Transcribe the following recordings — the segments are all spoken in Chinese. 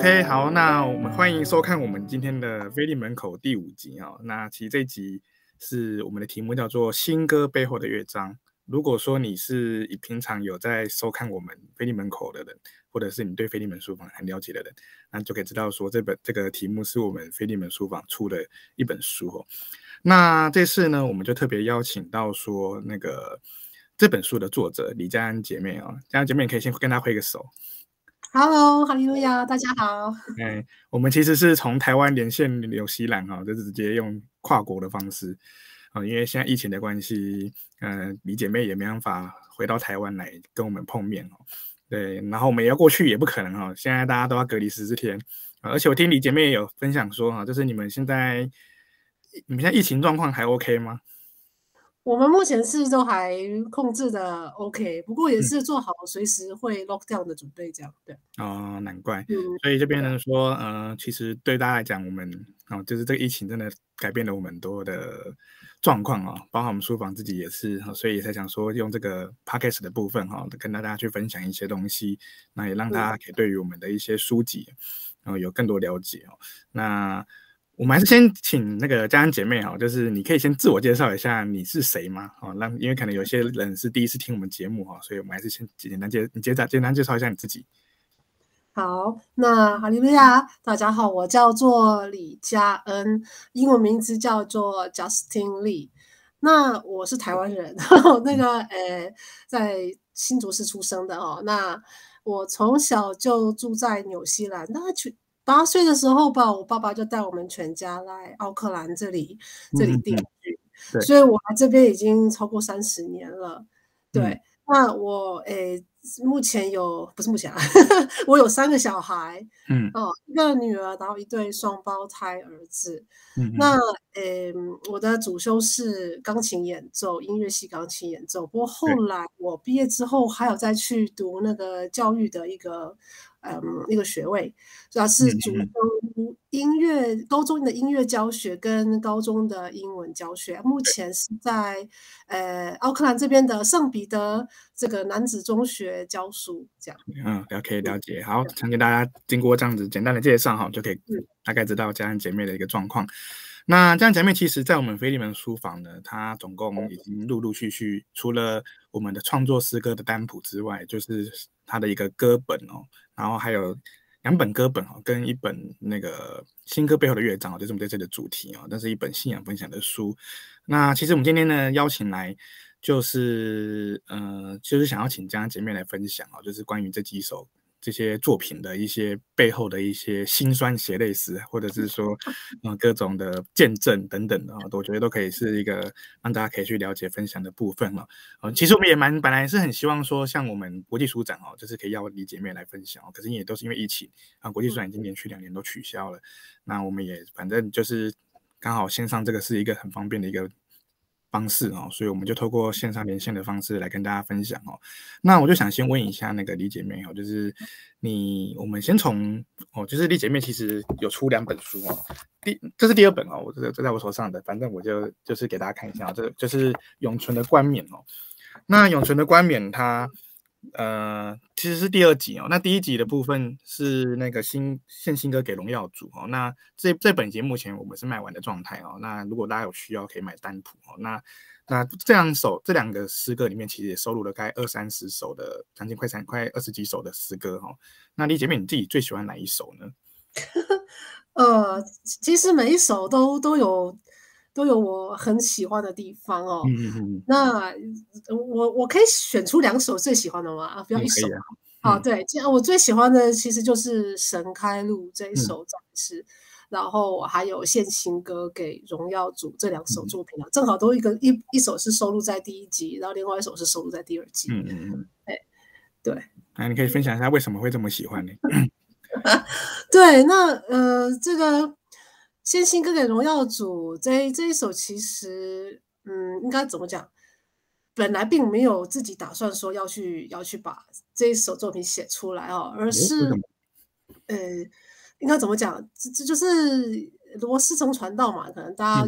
OK， 好，那我们欢迎收看我们今天的菲利门口第5集哦。那其实这一集是我们的题目叫做新歌背后的乐章。如果说你是平常有在收看我们菲利门口的人，或者是你对菲利门书房很了解的人，那就可以知道说这个题目是我们菲利门书房出的一本书哦。那这次呢，我们就特别邀请到说这本书的作者李佳恩姐妹哦，佳恩姐妹可以先跟她挥个手。 Hello， 哈利路亚，大家好。 我们其实是从台湾连线纽西兰就是直接用跨国的方式因为现在疫情的关系，李姐妹也没办法回到台湾来跟我们碰面对，然后我们也要过去也不可能现在大家都要隔离14天而且我听李姐妹也有分享说就是你们现在疫情状况还 OK 吗？ 我们目前是都还控制的 OK， 不过也是做好随时会 lockdown 的准备，这样对。 难怪。所以这边呢说，其实对大家来讲，我们就是这个疫情真的改变了我们很多的状况包含我们书房自己也是所以才想说用这个 podcast 的部分跟大家去分享一些东西，那也让大家可以对于我们的一些书籍有更多了解那我们还是先请那个佳恩姐妹就是你可以先自我介绍一下你是谁吗？因为可能有些人是第一次听我们节目所以我们还是先简单介绍一下你自己。 好，那哈利路亚，大家好，我叫做李佳恩，英文名字叫做 Justin Lee。那我是台湾人，在新竹市出生的那我从小就住在纽西兰，大概8岁的时候吧，我爸爸就带我们全家来奥克兰这里定居，所以我来这边已经超过30年了。对，那我目前我有3个小孩，一个女儿，然后1对双胞胎儿子。那我的主修是钢琴演奏，音乐系钢琴演奏。不过后来我毕业之后，还有再去读那个教育的一个学位，主要是主修高中的音乐教学跟高中的英文教学。目前是在奥克兰这边的圣彼得这个男子中学教书，这样。 可以了解。好，相信大家经过这样子简单的介绍就可以大概知道佳恩姐妹的一个状况。那佳恩姐妹其实在我们菲利门书房呢，她总共已经陆陆续续除了我们的创作诗歌的单谱之外，就是她的一个歌本然后还有2本歌本跟1本那个新歌背后的乐章就是我们这次的主题那是一本信仰分享的书。那其实我们今天呢邀请来就是想要请佳恩姐妹来分享就是关于这些作品的一些背后的一些辛酸血泪史，或者是说各种的见证等等的我觉得都可以是一个让大家可以去了解分享的部分其实我们也本来是很希望说像我们国际书展就是可以邀李姐妹来分享可是也都是因为疫情国际书展已经连续2年都取消了。那我们也反正就是刚好线上这个是一个很方便的一个方式所以我们就透过线上连线的方式来跟大家分享那我就想先问一下那个李姐妹就是我们先从就是李姐妹其实有出2本书这是第2本这在我手上的，反正我就是给大家看一下这就是永存的冠冕那永存的冠冕它其实是第2集那第1集的部分是那个献新歌给荣耀主那这本节目前我们是卖完的状态那如果大家有需要可以买单谱那这2个诗歌里面其实也收录了大概20-30首的将近快20几首的诗歌那李姐妹你自己最喜欢哪一首呢？ 其实每一首都有我很喜欢的地方那我可以选出2首最喜欢的吗？不要1首对，我最喜欢的其实就是神开路这一首赞诗然后我还有献新歌给荣耀主这2首作品正好都一首是收录在第1集，然后另外1首是收录在第2集。对， 那你可以分享一下为什么会这么喜欢呢？ 对，那这个献新歌给荣耀主这一首其实应该怎么讲？本来并没有自己打算说要去把这一首作品写出来而是应该怎么讲？这就是罗斯曾传道嘛，可能大家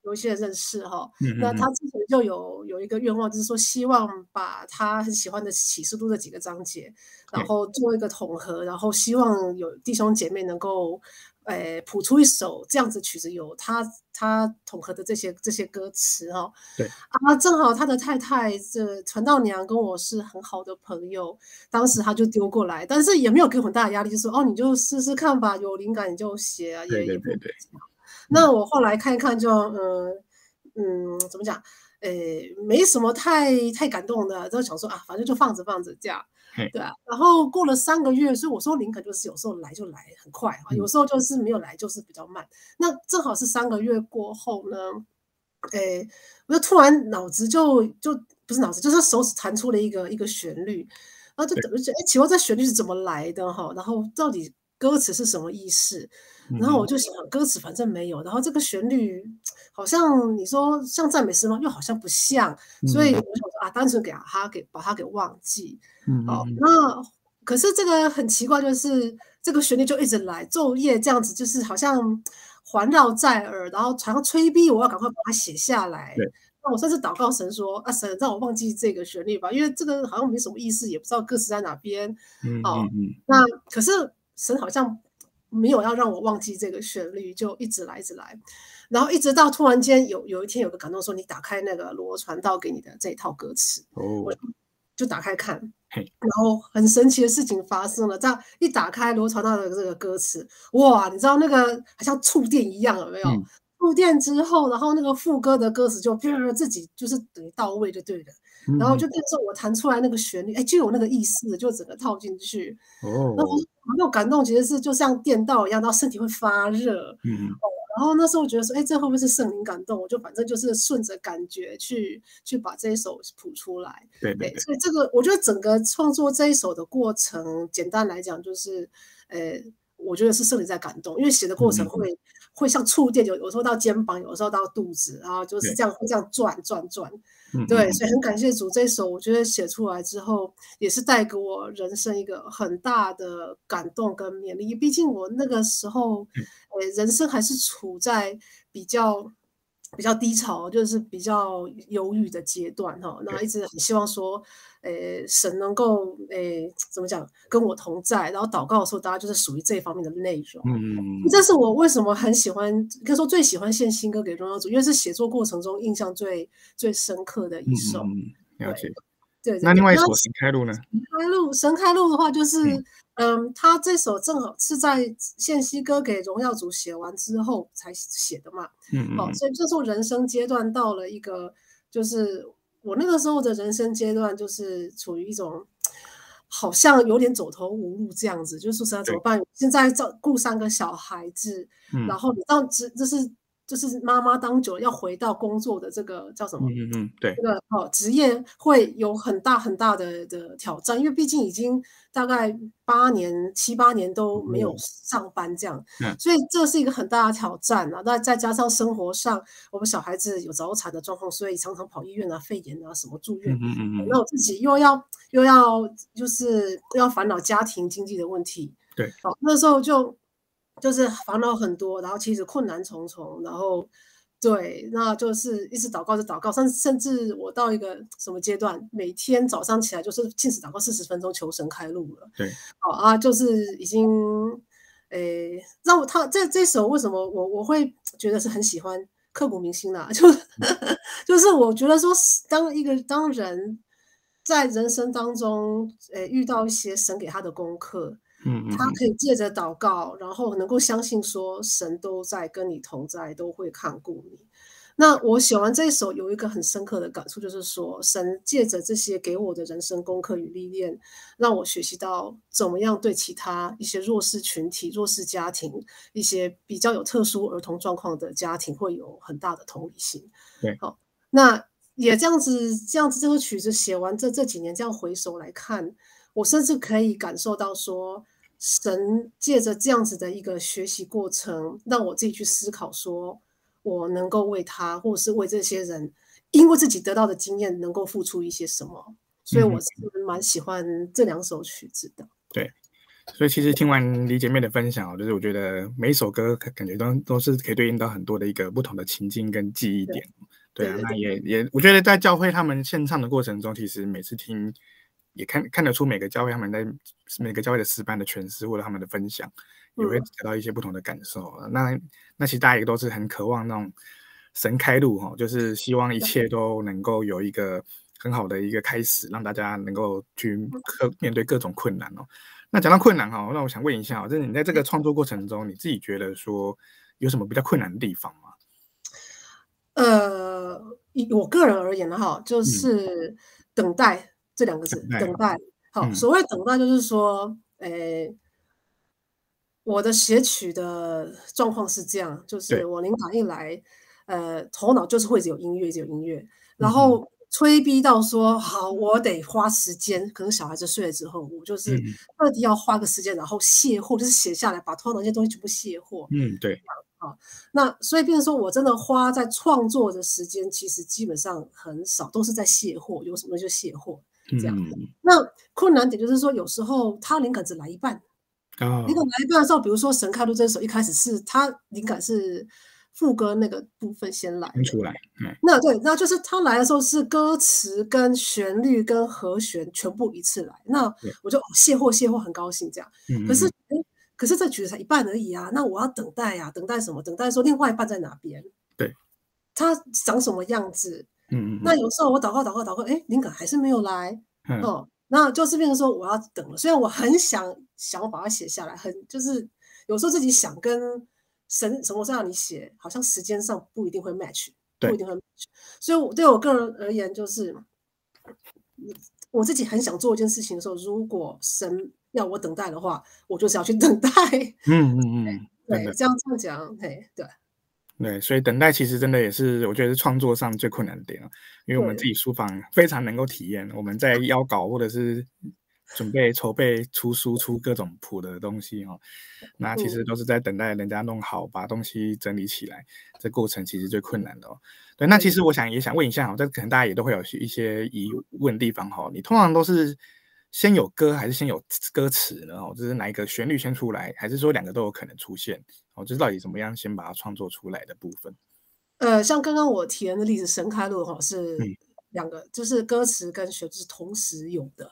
有一些认识哈。那他之前就有一个愿望，就是说希望把他很喜欢的启示录这几个章节，然后做一个统合，然后希望有弟兄姐妹能够谱出一首这样子曲子，有他统合的这些歌词哈。 对啊，正好他的太太这传道娘跟我是很好的朋友，当时他就丢过来，但是也没有给我很大的压力，就说哦，你就试试看吧，有灵感你就写啊，也不。那我后来看一看就，怎么讲？没什么太感动的，就想说啊，反正就放着这样，对啊。然后过了3个月，所以我说灵感就是有时候来就来很快啊，有时候就是没有来就是比较慢。那正好是3个月过后呢，我就突然脑子就不是脑子，就是手指弹出了一个旋律，然后就等于觉得奇怪，这旋律是怎么来的哈？然后到底歌词是什么意思？然后我就想，歌词反正没有，然后这个旋律好像你说像赞美诗吗？又好像不像，所以我想说啊，单纯把它给忘记。好，那可是这个很奇怪，就是这个旋律就一直来，昼夜这样子，就是好像环绕在耳，然后好像催逼我要赶快把它写下来。那我甚至祷告神说啊，神让我忘记这个旋律吧，因为这个好像没什么意思，也不知道歌词在哪边。那可是神好像没有要让我忘记这个旋律，就一直来，然后一直到突然间有一天有个感动说，你打开那个罗传道给你的这一套歌词，我就打开看，然后很神奇的事情发生了。这样一打开罗传道的这个歌词，哇，你知道那个好像触电一样，有没有？触电之后，然后那个副歌的歌词就自己就是等于到位就对了。然后就变成我弹出来那个旋律，就有那个意思，就整个套进去。然后那种感动其实是就像电到一样，然后身体会发热。然后那时候我觉得说，这会不会是圣灵感动？我就反正就是顺着感觉去把这一首谱出来。 对， 所以这个我觉得整个创作这一首的过程，简单来讲就是，我觉得是圣灵在感动，因为写的过程会像触电，有时候到肩膀，有时候到肚子，然后就是这样会这样转。对，所以很感谢主，这一首我觉得写出来之后，也是带给我人生一个很大的感动跟勉励。毕竟我那个时候，人生还是处在比较低潮，就是比较忧郁的阶段哈。那一直很希望说，神能够怎么讲跟我同在，然后祷告的时候，大家就是属于这一方面的内容。这是我为什么很喜欢，可以说最喜欢献新歌给荣耀主，因为是写作过程中印象最深刻的一首。 了解。 对， 那另外一首神开路呢？ 神开路的话，就是他这首正好是在献诗歌给荣耀主写完之后才写的嘛。所以这时候人生阶段到了一个，就是我那个时候的人生阶段，就是处于一种好像有点走投无路这样子，就是说怎么办？现在照顾3个小孩子，然后你到就是妈妈当久了要回到工作的这个叫什么？ 对， 这个职业会有很大的挑战，因为毕竟已经大概7、8年都没有上班这样，所以这是一个很大的挑战啊。那再加上生活上，我们小孩子有早产的状况，所以常常跑医院啊、肺炎啊什么住院。那我自己又要就是要烦恼家庭经济的问题。 对， 那时候就是烦恼很多，然后其实困难重重，然后对，那就是一直祷告，甚至我到一个什么阶段，每天早上起来就是禁食祷告40分钟，求神开路了。 对， 就是已经，让我这首为什么我会觉得是很喜欢，刻骨铭心啦，就是我觉得说，当人在人生当中，遇到一些神给他的功课。他可以借着祷告，然后能够相信说神都在跟你同在，都会看顾你。那我写完这一首有一个很深刻的感触，就是说神借着这些给我的人生功课与历练，让我学习到怎么样对其他一些弱势群体、弱势家庭、一些比较有特殊儿童状况的家庭会有很大的同理心。 对， 好，那也这样子这首曲子写完这几年这样回首来看，我甚至可以感受到说，神借着这样子的一个学习过程，让我自己去思考说，我能够为他，或者是为这些人，因为自己得到的经验，能够付出一些什么。所以我是蛮喜欢这2首曲子的。 对， 所以其实听完李姐妹的分享就是我觉得每一首歌感觉都是可以对应到很多的一个不同的情境跟记忆点。对啊，那我觉得在教会他们献唱的过程中，其实每次听也看得出每个教会他们在每个教会的诗班的诠释或者他们的分享，也会得到一些不同的感受。那其实大家也都是很渴望那种神开路就是希望一切都能够有一个很好的一个开始，让大家能够去面对各种困难那讲到困难那我想问一下就是你在这个创作过程中，你自己觉得说有什么比较困难的地方吗？ 以我个人而言就是等待这2个字，等待。好，所谓等待就是说，我的写曲的状况是这样，就是我灵感一来，头脑就是会一直有音乐，然后催逼到说，好，我得花时间，可能小孩子睡了之后，我就是特地要花个时间，然后卸货，就是写下来，把头脑那些东西全部卸货。 对。 那所以变成说我真的花在创作的时间，其实基本上很少，都是在卸货，有什么就卸货这样。那困难点就是说，有时候他灵感只来一半。灵感来一半的时候，比如说《神开路》这首，一开始是他灵感是副歌那个部分先来出来。 那就是他来的时候是歌词跟旋律跟和弦全部一次来，那我就卸货很高兴这样。可是这曲子才一半而已啊，那我要等待啊，等待什么？等待说另外一半在哪边？ 对， 他长什么样子？那有时候我祷告，灵感还是没有来。那就是变成说我要等了。虽然我很想要把它写下来，就是有时候自己想跟神什么时候让你写，好像时间上不一定会 match， 不一定会 match。所以对我个人而言，就是我自己很想做一件事情的时候，如果神要我等待的话，我就是要去等待。对，这样讲， 对，所以等待其实真的也是我觉得是创作上最困难的点因为我们自己书房非常能够体验，我们在邀稿或者是准备筹备出书出各种谱的东西那其实都是在等待人家弄好，把东西整理起来，这过程其实最困难的对，那其实也想问一下这可能大家也都会有一些疑问的地方你通常都是先有歌还是先有歌词呢就是哪一个旋律先出来，还是说2个都有可能出现就是到底怎么样先把它创作出来的部分？ 像刚刚我提的例子《神开路》是2个，就是歌词跟旋律是同时有的，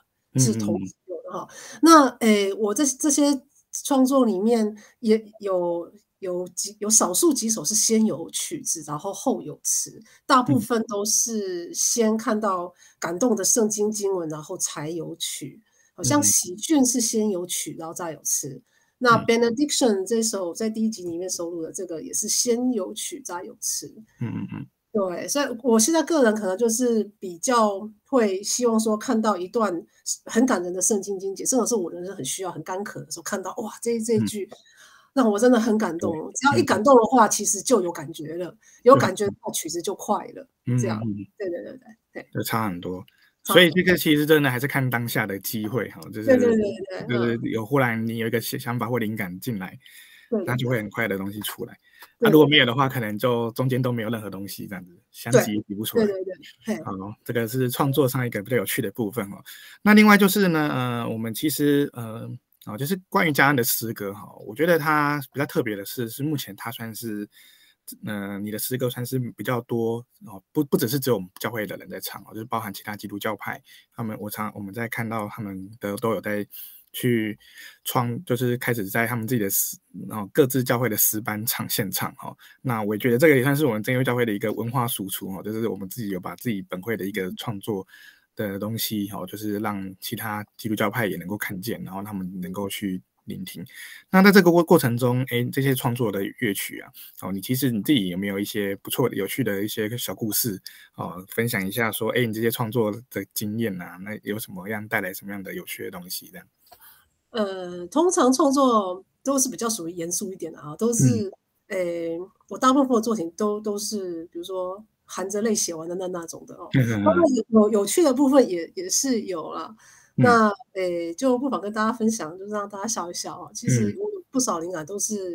那我这些创作里面也有少数几首是先有曲子，然后后有词，大部分都是先看到感动的圣经经文，然后才有曲。好像喜讯是先有曲，然后再有词。那 Benediction 这首在第1集里面收录的这个也是先有曲再有词。对，所以我现在个人可能就是比较会希望说看到一段很感人的圣经经节，甚至是我人生很需要很干渴的时候，看到哇这一句让我真的很感动。只要一感动的话，其实就有感觉了，有感觉到曲子就快了。这样，对， 就差很多。所以这个其实真的还是看当下的机会就是忽然你有一个想法或灵感进来，那就会很快的东西出来。那如果没有的话，可能就中间都没有任何东西，这样子相挤也挤不出来。好，这个是创作上一个比较有趣的部分那另外就是呢，我们其实就是关于嘉恩的诗歌我觉得它比较特别的是目前它算是你的诗歌算是比较多不只是只有我们教会的人在唱就是包含其他基督教派，我们在看到他们都有在去就是开始在他们自己的各自教会的诗班现唱那我觉得这个也算是我们真耶教会的一个文化输出就是我们自己有把自己本会的一个创作的东西就是让其他基督教派也能够看见，然后他们能够去聆听。那在这个过程中这些创作的乐曲你其实你自己有没有一些不错的有趣的一些小故事分享一下说你这些创作的经验那有什么样带来什么样的有趣的东西这样？ 通常创作都是比较属于严肃一点的都是我大部分的作品都是比如说含着泪写完的那种的当然有趣的部分也是有啦。那就不妨跟大家分享，就是让大家笑一笑其实我有不少灵感都是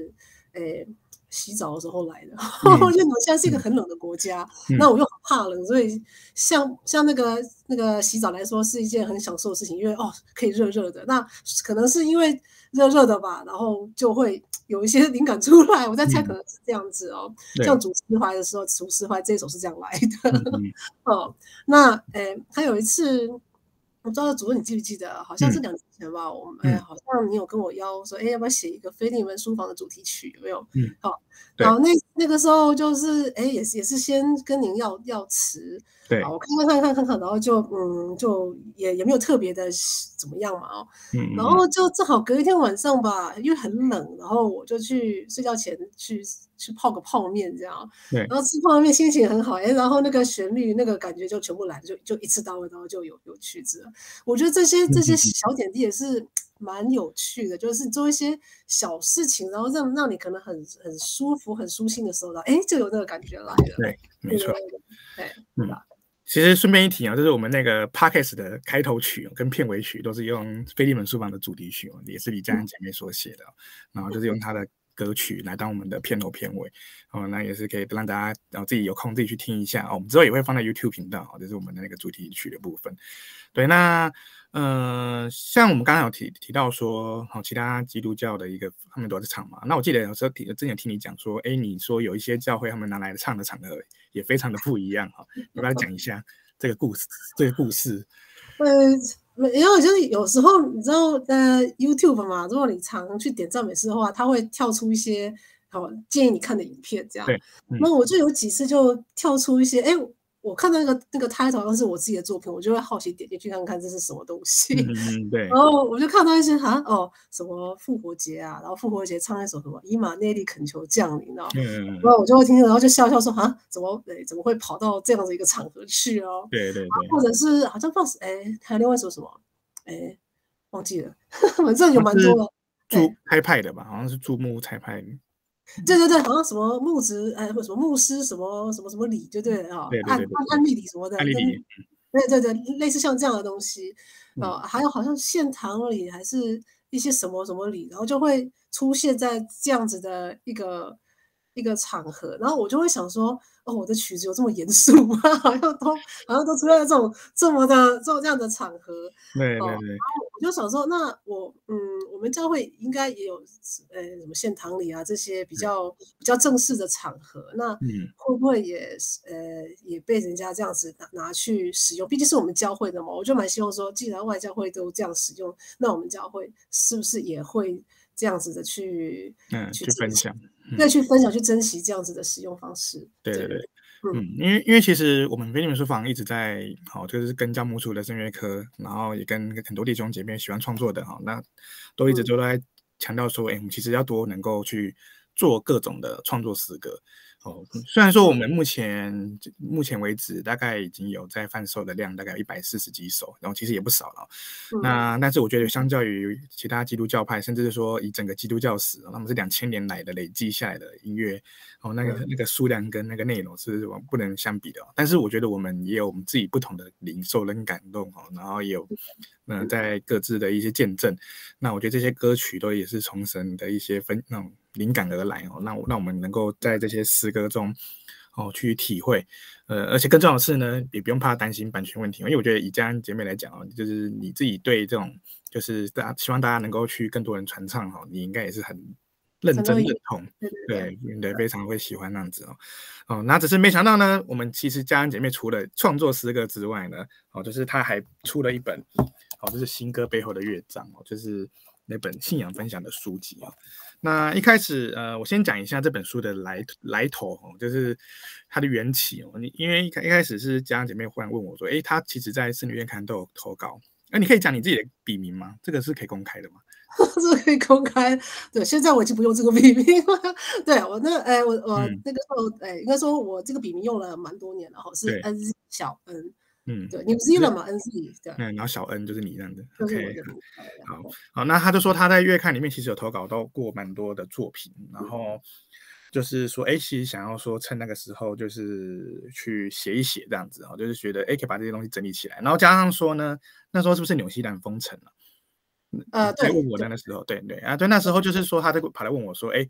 洗澡的时候来的，我觉得现在是一个很冷的国家，那我又很怕冷，所以像那个洗澡来说是一件很享受的事情，因为可以热热的，那可能是因为热热的吧，然后就会有一些灵感出来，我在猜可能是这样子哦。像煮石怀的时候，煮石怀这首是这样来的。那还有一次。我不知道主任你记不记得，好像是2年前吧，我们好像你有跟我邀说，要不要写一个菲利门书房的主题曲，有没有？好，然后那个时候就是也是先跟您要词， 对， 我看，然后就也没有特别的怎么样嘛，然后就正好隔一天晚上吧，因为很冷，然后我就去睡觉前去泡个泡面这样，然后吃泡面心情很好，然后那个旋律那个感觉就全部来了，就一次到位，然后就有曲子了。我觉得这些小点滴也是蛮有趣的，就是做一些小事情，然后让你可能很舒服、很舒心的时候，就有那个感觉来了。 对，没错。 对， 其实顺便一提啊，就是我们那个 podcast 的开头曲跟片尾曲都是用菲利门书房的主题曲，也是李佳恩姐妹所写的，然后就是用她的歌曲来当我们的片头片尾，那也是可以让大家自己有空自己去听一下，我们之后也会放在 YouTube 频道，就是我们的那个主题曲的部分。对，那像我们刚刚有提到说，其他基督教的一个他们都在唱嘛，那我记得有时候之前听你讲说，你说有一些教会他们拿来唱的场合也非常的不一样，要不要讲一下这个故事？ 因为就是有时候你知道YouTube 嘛，如果你常去点赞美诗的话，它会跳出一些建议你看的影片这样。那我就有几次就跳出一些我看到那个 title 好像是我自己的作品，我就会好奇点进去看看这是什么东西。 对。 然后我就看到一些什么复活节啊，然后复活节唱一首什么以马内利恳求降临，然后我就会听，然后就笑说怎么会跑到这样的一个场合去哦？ 对， 或者是好像放还有另外一首什么忘记了，反正有蛮多的。 驻开派的吧，好像是驻牧差派。 对，好像什么牧职或什么牧师什么礼，就对了按立礼什么的，对，类似像这样的东西还有好像献堂礼还是一些什么礼，然后就会出现在这样子的一个场合，然后我就会想说，我的曲子有这么严肃吗？好像都出现在这样的场合。 对。 然后我就想说，那我们教会应该也有什么献堂礼啊这些比较正式的场合，那会不会也被人家这样子拿去使用？毕竟是我们教会的嘛，我就蛮希望说，既然外教会都这样使用，那我们教会是不是也会这样子的去分享？ 去分享、去珍惜这样子的使用方式。 对。因为其实我们菲利门书房一直在就是跟教牧处的圣乐科，然后也跟很多弟兄姐妹喜欢创作的那都一直都在强调说，我们其实要多能够去做各种的创作诗歌。虽然说我们目前为止大概已经有在贩售的量大概有140几首，然后其实也不少了。但是我觉得相较于其他基督教派，甚至是说以整个基督教史，他们是2000年来的累积下来的音乐，那个数量跟那个内容是不能相比的。但是我觉得我们也有我们自己不同的领受跟感动，然后也有在各自的一些见证。那我觉得这些歌曲都也是从神的一些那种灵感而来，让我们能够在这些诗歌中去体会，而且更重要的是呢，也不用怕担心版权问题，因为我觉得以佳恩姐妹来讲就是你自己对这种就是希望大家能够去更多人传唱你应该也是很认真认同，对，非常会喜欢那样子那只是没想到呢，我们其实佳恩姐妹除了创作诗歌之外呢，就是她还出了一本就是新歌背后的乐章就是那本信仰分享的书籍那一开始我先讲一下这本书的来头就是它的缘起因为一开始是佳恩姐妹忽然问我说，她其实在圣女院刊都有投稿，你可以讲你自己的笔名吗？这个是可以公开的吗？ 这个可以公开，对，现在我已经不用这个笔名了。对我那我那个时候应该说我这个笔名用了蛮多年了是 N 小 N。对，你不是了嘛 ？NZ 对， 然后小 N 就是你这样的。OK， 好，那他就说他在月刊里面其实有投稿到过蛮多的作品，然后就是说，其实想要说趁那个时候就是去写一写这样子就是觉得可以把这些东西整理起来，然后加上说呢，那时候是不是纽西兰封城了？ 对， 问我那时候，对，那时候就是说他就跑来问我说，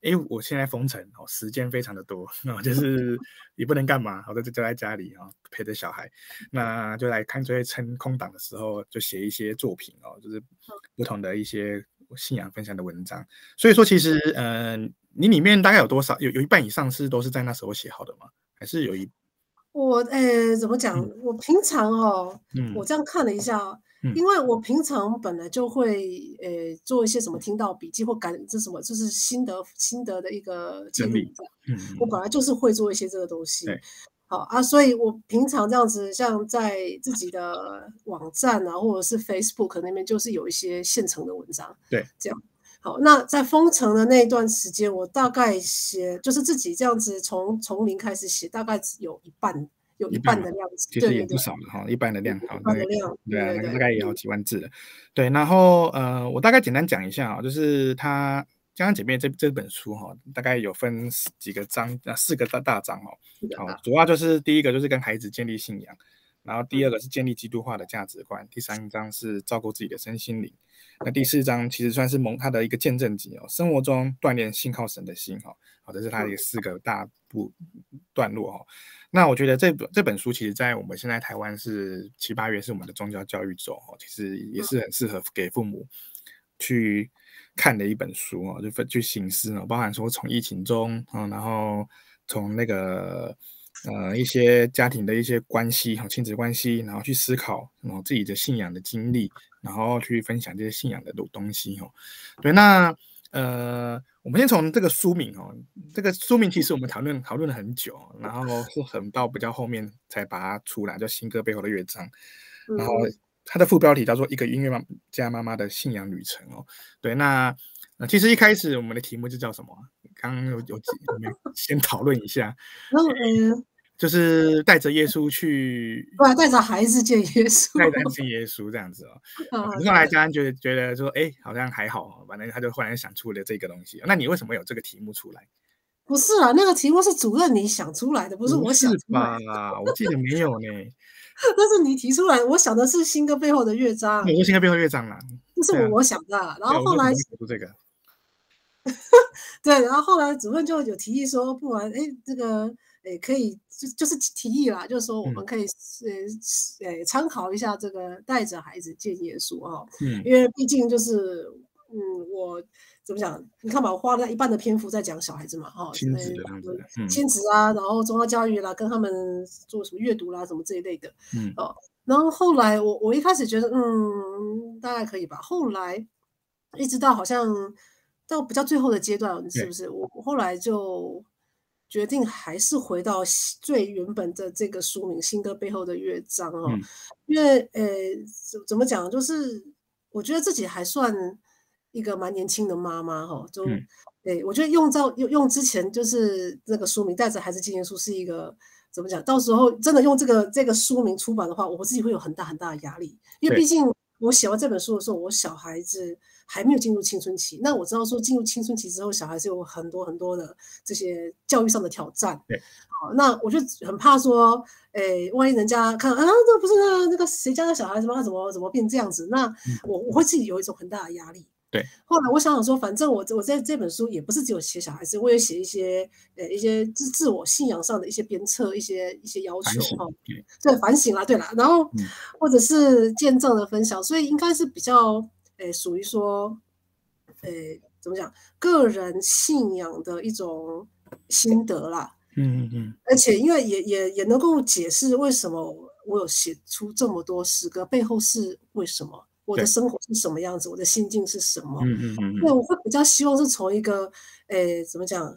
我现在封城哦，时间非常的多，就是也不能干嘛，就在家里陪着小孩，那就来看，就会趁空档的时候就写一些作品就是不同的一些信仰分享的文章。所以说，其实你里面大概有多少，有一半以上都是在那时候写好的吗？还是有一？ 我怎么讲？我平常我这样看了一下，因为我平常本来就会做一些什么听到笔记或这什么，就是心得的一个记录。我本来就是会做一些这个东西。好啊，所以我平常这样子，像在自己的网站啊，或者是 Facebook 那边，就是有一些现成的文章。 对， 这样。好，那在封城的那一段时间，我大概写就是自己这样子从零开始写，大概有一半的量子， 其实也不少了一半的量， 一半的量， 对啊，那个大概也好几万字了。对，然后我大概简单讲一下就是它《江江姐妹》这本书大概有分几个章，4个大章主要就是第一个就是跟孩子建立信仰，然后第二个是建立基督化的价值观，第3章是照顾自己的身心灵，那第4章其实算是他的一个见证集生活中锻炼信靠神的心这是他的4个大段落那我觉得这本书其实在我们现在台湾是7、8月是我们的宗教教育周其实也是很适合给父母去看的一本书就去省思包含说从疫情中然后从那个一些家庭的一些关系亲子关系，然后去思考自己的信仰的经历，然后去分享这些信仰的东西对，那我们先从这个书名这个书名其实我们讨论了很久，然后是很到比较后面才把它出来，叫《新歌背后的乐章》，然后它的副标题叫做《一个音乐家妈妈的信仰旅程》对，那其实一开始我们的题目就叫什么？刚刚有先讨论一下，就是带着耶稣去， 对，带着孩子见耶稣， 带着孩子见耶稣这样子后来家人觉得说，好像还好反正他就忽然想出了这个东西。那你为什么有这个题目出来？ 不是啊，那个题目是主任你想出来的，不是我想出来的。 不是吧？我记得没有呢。 那是你提出来，我想的是新歌背后的乐章。 我说新歌背后乐章啦， 这是我想的。然后后来出这个， 对，然后后来主任就有提议说，不然这个可以就是提议啦，就是说我们可以参考一下这个带着孩子见耶稣因为毕竟就是我怎么讲？你看吧，我花了一半的篇幅在讲小孩子嘛亲子的样子亲子啊，然后宗教教育啦，跟他们做什么阅读啦，什么这一类的然后后来我一开始觉得大概可以吧，后来一直到好像到比较最后的阶段，是不是？我后来就决定还是回到最原本的这个书名《新歌背后的乐章》因为怎么讲，就是我觉得自己还算一个蛮年轻的妈妈就我觉得用之前就是那个书名带着孩子进耶稣是一个怎么讲？到时候真的用这个书名出版的话，我自己会有很大很大的压力，因为毕竟我写完这本书的时候，我小孩子还没有进入青春期。那我知道说进入青春期之后，小孩子有很多很多的这些教育上的挑战。那我就很怕说，万一人家看这不是那个谁家的小孩子吗？他怎么变这样子？那我会自己有一种很大的压力。 对， 后来我想说，反正我在这本书也不是只有写小孩子，我也写一些自我信仰上的一些鞭策，一些要求对，反省啦，对啦，然后或者是见证的分享，所以应该是比较属于说怎么讲，个人信仰的一种心得啦。而且因为也能够解释为什么我有写出这么多诗歌，背后是为什么。我的生活是什么样子，我的心境是什么？对，我会比较希望是从一个，怎么讲，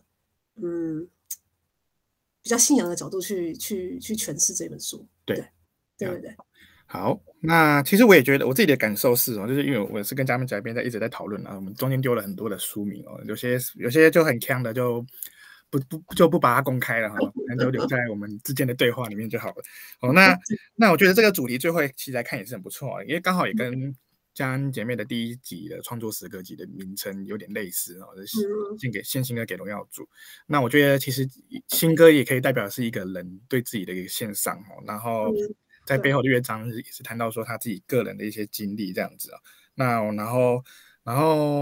比较信仰的角度去诠释这本书。对。 好，那其实我也觉得我自己的感受是就是因为我是跟嘉宾这边一直在讨论我们中间丢了很多的书名有些就很鏘的就不把它公开了那就留在我们之间的对话里面就好了那我觉得这个主题最后期来看也是很不错因为刚好也跟嘉恩姐妹的第1集的创作诗歌集的名称有点类似献新歌给荣耀主。那我觉得其实新歌也可以代表是一个人对自己的一个献上然后在背后的乐章也是谈到说他自己个人的一些经历这样子那然后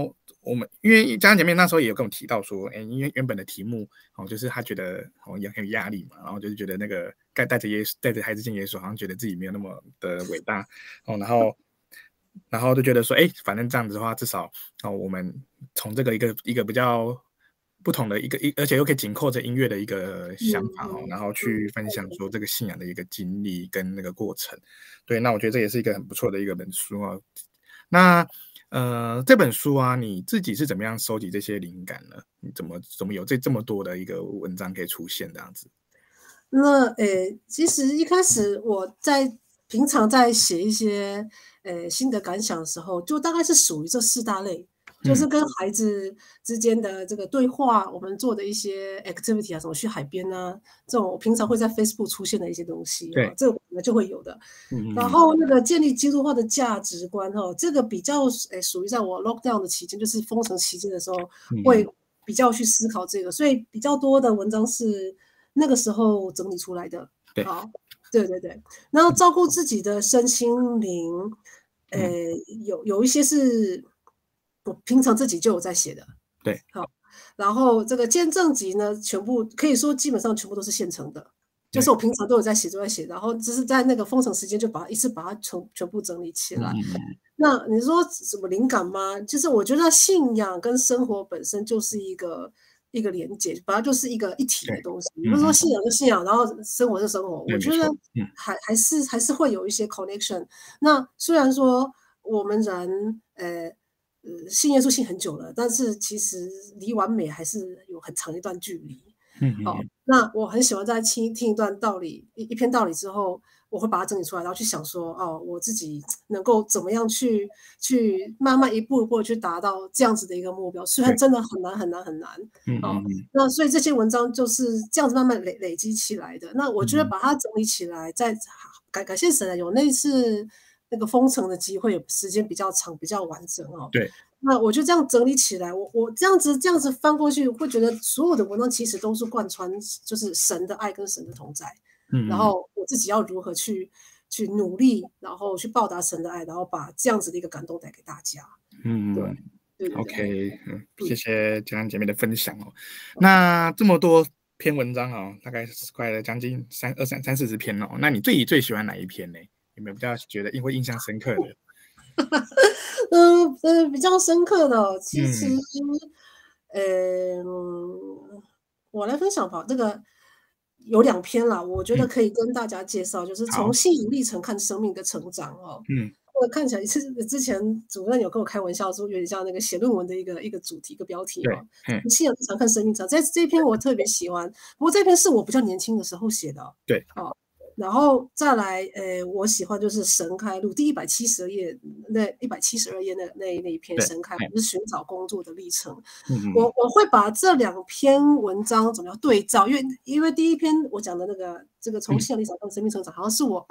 我们因为家长姐妹那时候也有跟我提到说，因为原本的题目就是他觉得也很有压力嘛，然后就是觉得那个带着孩子进耶稣，好像觉得自己没有那么的伟大然后就觉得说，反正这样子的话，至少我们从这个一个比较不同的而且又可以紧扣着音乐的一个想法然后去分享说这个信仰的一个经历跟那个过程。对，那我觉得这也是一个很不错的一个本书那这本书啊，你自己是怎么样收集这些灵感呢？你怎么有这么多的一个文章可以出现这样子？ 那其实一开始我平常在写一些心得感想的时候，就大概是属于这4大类，就是跟孩子之间的这个对话，我们做的一些 activity 啊，什么去海边啊，这种我平常会在 Facebook 出现的一些东西这个本来就会有的。然后那个建立基督化的价值观这个比较属于在我 lockdown 的期间，就是封城期间的时候，会比较去思考这个，所以比较多的文章是那个时候整理出来的。好，对对对。然后照顾自己的身心灵，有一些是我平常自己就有在写的。 对， 好，然后这个见证集呢，全部可以说基本上全部都是现成的，就是我平常都有在写，然后只是在那个封城时间就一次把它全部整理起来。那你说什么灵感吗？就是我觉得信仰跟生活本身就是一个连接，本来就是一体的东西。你不是说信仰是信仰，然后生活是生活，我觉得还是会有一些 connection。那虽然说我们人信耶稣信很久了，但是其实离完美还是有很长一段距离。那我很喜欢在听一段道理，一篇道理之后，我会把它整理出来，然后去想说，我自己能够怎么样去慢慢一步一步去达到这样子的一个目标，虽然真的很难很难很难。那所以这些文章就是这样子慢慢累积起来的。那我觉得把它整理起来，再感谢神有那一次那个封城的机会，时间比较长，比较完整对。 那我就这样整理起来，我这样子翻过去，会觉得所有的文章其实都是贯穿，就是神的爱跟神的同在。然后我自己要如何去努力，然后去报答神的爱，然后把这样子的一个感动带给大家。对 OK， 谢谢家长姐妹的分享那这么多篇文章大概快了将近30-40篇那你最喜欢哪一篇呢？有没有比较觉得会印象深刻的？ 比较深刻的，其实我来分享吧。这个有2篇啦，我觉得可以跟大家介绍，就是从信仰历程看生命的成长我看起来之前主任有跟我开玩笑说，有点像那个写论文的一个主题、一个标题信仰历程看生命成长。这篇我特别喜欢，不过这篇是我比较年轻的时候写的。 对， 然后再来，我喜欢就是神开路第172页那一篇神开路，就是寻找工作的历程。我会把这2篇文章怎么样对照，因为第一篇我讲的这个从信仰历程看生命成长，好像是我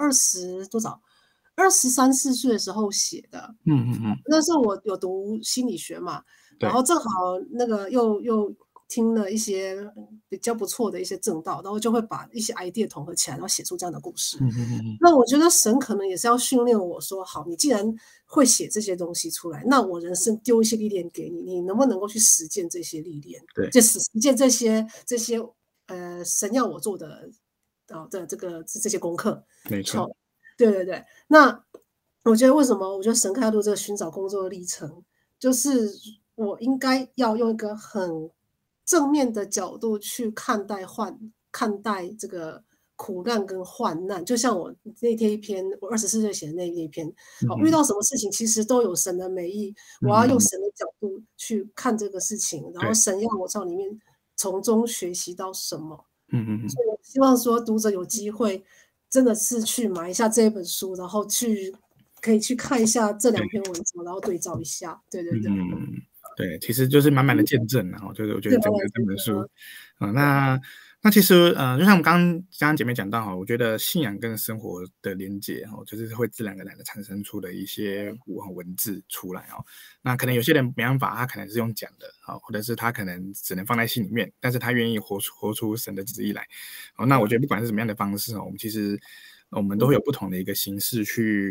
23、24岁的时候写的。那时候我有读心理学嘛，然后正好那个又听了一些比较不错的一些证道，然后就会把一些 idea 统合起来，然后写出这样的故事。那我觉得神可能也是要训练我说，好，你既然会写这些东西出来，那我人生丢一些历练给你，你能不能够去实践这些历练？ 对， 就实践这些神要我做的这些功课。 没错， 对对对。那我觉得为什么我觉得神开路这个寻找工作的历程，就是我应该要用一个很正面的角度去看待这个苦难跟患难。就像我那天我24岁写的那一篇遇到什么事情其实都有神的美意，我要用神的角度去看这个事情，然后神要我从里面从中学习到什么。所以我希望说读者有机会真的是去买一下这本书，然后可以去看一下这2篇文章，然后对照一下。对对对。 对，其实就是满满的见证就是我觉得整个这本书那其实就像我们刚刚姐妹讲到我觉得信仰跟生活的连结就是会自然而然的产生出的一些文字出来那可能有些人没办法，他可能是用讲的或者是他可能只能放在心里面，但是他愿意活出神的旨意来那我觉得不管是什么样的方式我们其实我们都会有不同的一个形式去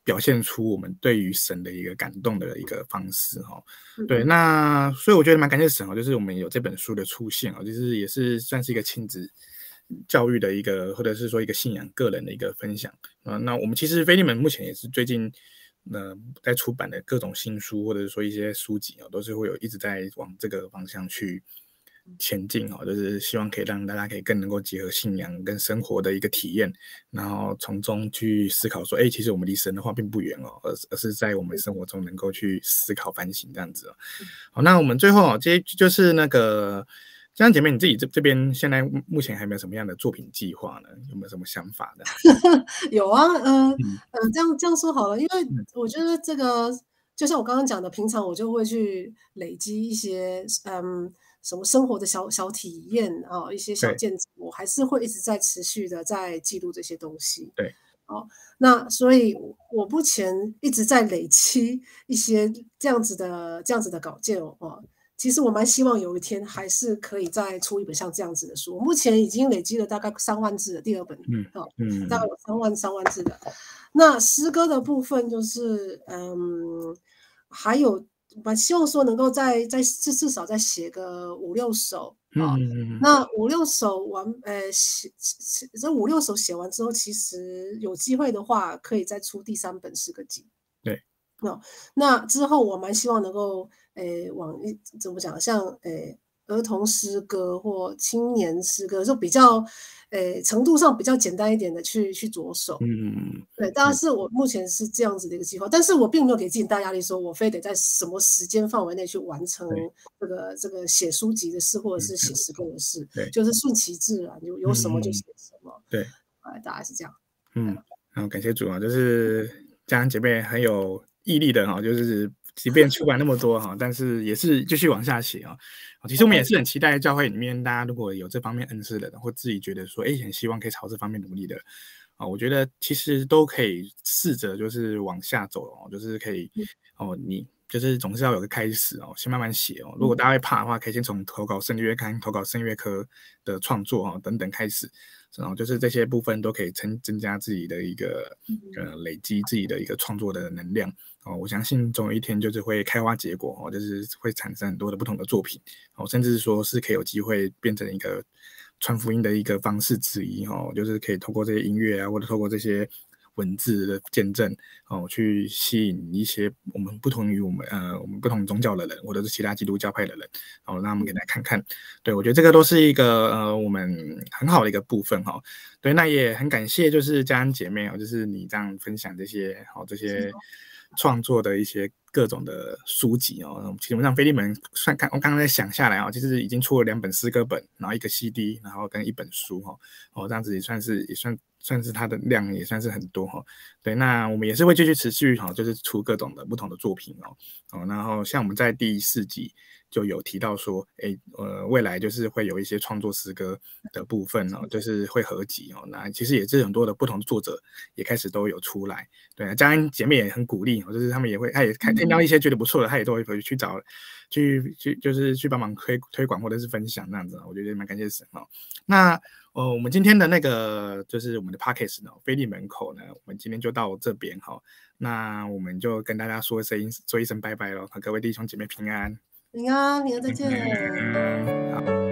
表现出我们对于神的一个感动的一个方式哈。对，那所以我觉得蛮感谢神哦，就是我们有这本书的出现哦，就是也是算是一个亲子教育的一个，或者是说一个信仰个人的一个分享那我们其实菲利门目前也是最近在出版的各种新书，或者是说一些书籍都是会有一直在往这个方向去前进就是希望可以让大家可以更能够结合信仰跟生活的一个体验，然后从中去思考说，其实我们离神的话并不远而是在我们生活中能够去思考反省这样子好，那我们最后接就是那个江姐妹，你自己这边现在目前还有没有什么样的作品计划呢？有没有什么想法的？ 有啊，这样说好了，因为我觉得这个就像我刚刚讲的，平常我就会去累积一些什么生活的小体验一些小见证，我还是会一直在持续的在记录这些东西。 对， 那所以我目前一直在累积一些这样子的稿件其实我蛮希望有一天还是可以再出一本像这样子的书。我目前已经累积了大概3万字的第2本，大概有3万字的。那诗歌的部分就是还有蛮希望说能够至少再写个5、6首那5、6首完这5、6首写完之后，其实有机会的话可以再出第3本诗歌集。 对， 那之后我蛮希望能够往怎么讲，像儿童诗歌或青年诗歌，就比较程度上比较简单一点的去着手。对，但是我目前是这样子的一个计划，但是我并没有给自己大压力，说我非得在什么时间范围内去完成这个写书籍的事，或者是写诗歌的事，就是顺其自然，有什么就写什么。 对， 大概是这样。 好，感谢主就是家人姐妹很有毅力的就是即便出版那么多但是也是继续往下写其实我们也是很期待教会里面大家如果有这方面恩赐的人，或自己觉得说很希望可以朝这方面努力的我觉得其实都可以试着就是往下走就是可以你就是总是要有个开始先慢慢写如果大家会怕的话，可以先从投稿圣月刊、投稿圣月科的创作等等开始，然后就是这些部分都可以增加自己的一个累积自己的一个创作的能量我相信总有一天就是会开花结果就是会产生很多的不同的作品甚至说是可以有机会变成一个传福音的一个方式之一就是可以透过这些音乐或者透过这些文字的见证去吸引一些我们不同于我们不同宗教的人，或者是其他基督教派的人让他们给大家看看。对，我觉得这个都是一个我们很好的一个部分对，那也很感谢就是家人姐妹就是你这样分享这些创作的一些各种的书籍基本上菲利门我刚刚在想下来其实已经出了2本诗歌本，然后1个 CD， 然后跟1本书这样子也算是它的量也算是很多对，那我们也是会继续持续就是出各种的不同的作品然后像我们在第4集就有提到说未来就是会有一些创作诗歌的部分就是会合集那其实也是很多的不同的作者也开始都有出来。对家人姐妹也很鼓励就是他也听到一些觉得不错的，他也都会去找就是去帮忙推广或者是分享这样子我觉得蛮感谢神那我们今天的那个就是我们的 Podcast 菲利门口呢，我们今天就到这边那我们就跟大家说一声拜拜咯各位弟兄姐妹平安， 平安，再见。 好。